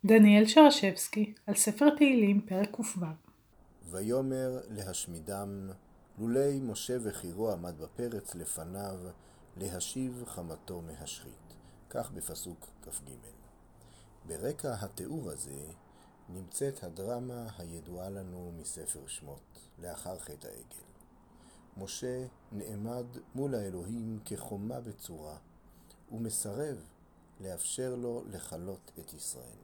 דניאל שרשבסקי, על ספר תהילים, פרק ק"ו. ויאמר להשמידם, לולי משה וחירו עמד בפרץ לפניו, להשיב חמתו מהשחית. כך בפסוק כ"ג. ברקע התיאור הזה נמצאת הדרמה הידועה לנו מספר שמות, לאחר חטא העגל. משה נעמד מול האלוהים כחומה בצורה, ומסרב לאפשר לו לכלות את ישראל.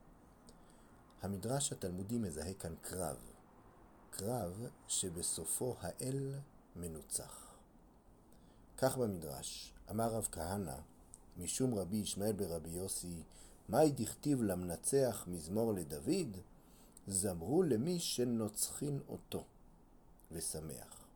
המדרש התלמודי מזהה כאן קרב שבסופו האל מנוצח. כך במדרש, אמר רב כהנא, משום רבי ישמעאל ברבי יוסי, מהי דכתיב למנצח מזמור לדוד? זמרו למי שנוצחין אותו, ושמח.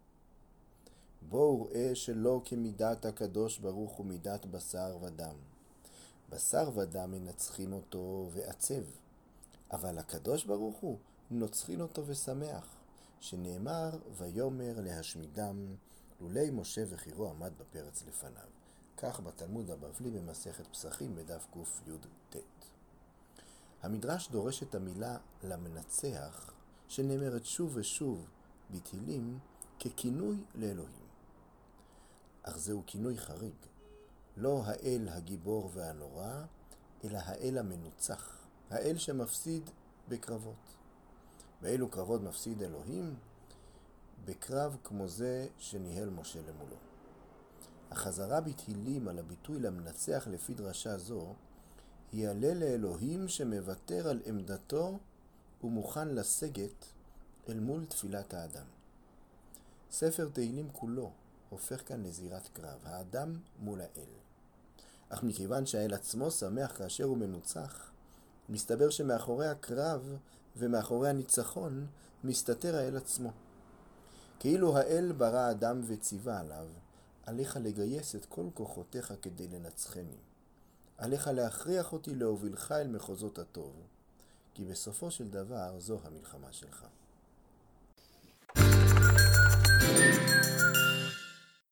בואו ראה שלא כמידת הקדוש ברוך הוא מידת בשר ודם. בשר ודם מנצחים אותו ועצב, אבל הקדוש ברוך הוא נוצחין אותו ושמח, שנאמר ויאמר להשמידם, לולי משה וחירו עמד בפרץ לפניו. כך בתלמוד הבבלי במסכת פסחים בדף קי"ט. המדרש דורש את המילה למנצח, שנאמרת שוב ושוב בתהילים, ככינוי לאלוהים. אך זהו כינוי חריג, לא האל הגיבור והנורא, אלא האל המנוצח, האל שמפסיד בקרבות. באילו קרבות מפסיד אלוהים? בקרב כמו זה שניהל משה למולו. החזרה בתהילים על הביטוי למנצח לפי דרשה זו, היא הלל לאלוהים שמוותר על עמדתו ומוכן לסגת אל מול תפילת האדם. ספר תהילים כולו הופך כאן לזירת קרב, האדם מול האל. אך מכיוון שהאל עצמו שמח כאשר הוא מנוצח, מסתבר שמאחורי הקרב ומאחורי הניצחון מסתתר האל עצמו. כאילו האל ברא אדם וציווה עליו, עליך לגייס את כל כוחותיך כדי לנצחני. עליך להכריח אותי להובילך אל מחוזות הטוב, כי בסופו של דבר זו המלחמה שלך.